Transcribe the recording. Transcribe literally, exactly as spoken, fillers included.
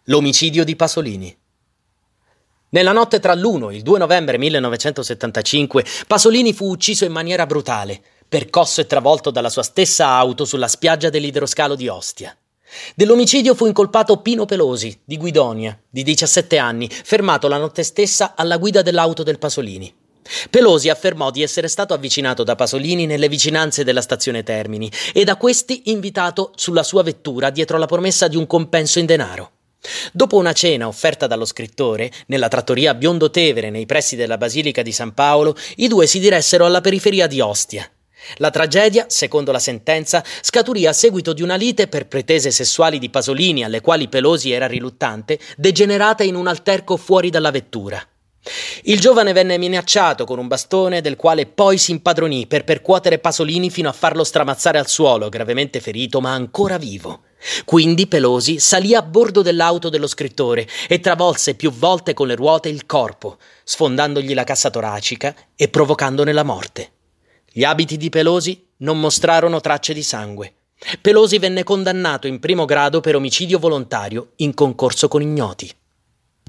L'omicidio di Pasolini. Nella notte tra l'uno e il due novembre millenovecentosettantacinque, Pasolini fu ucciso in maniera brutale, percosso e travolto dalla sua stessa auto sulla spiaggia dell'idroscalo di Ostia. Dell'omicidio fu incolpato Pino Pelosi, di Guidonia, di diciassette anni, fermato la notte stessa alla guida dell'auto del Pasolini. Pelosi affermò di essere stato avvicinato da Pasolini nelle vicinanze della stazione Termini e da questi invitato sulla sua vettura dietro la promessa di un compenso in denaro. Dopo una cena offerta dallo scrittore nella trattoria Biondo Tevere nei pressi della Basilica di San Paolo, i due si diressero alla periferia di Ostia. La tragedia, secondo la sentenza, scaturì a seguito di una lite per pretese sessuali di Pasolini alle quali Pelosi era riluttante, degenerata in un alterco fuori dalla vettura. Il giovane venne minacciato con un bastone del quale poi si impadronì per percuotere Pasolini fino a farlo stramazzare al suolo, gravemente ferito ma ancora vivo. Quindi Pelosi salì a bordo dell'auto dello scrittore e travolse più volte con le ruote il corpo, sfondandogli la cassa toracica e provocandone la morte. Gli abiti di Pelosi non mostrarono tracce di sangue. Pelosi venne condannato in primo grado per omicidio volontario in concorso con ignoti.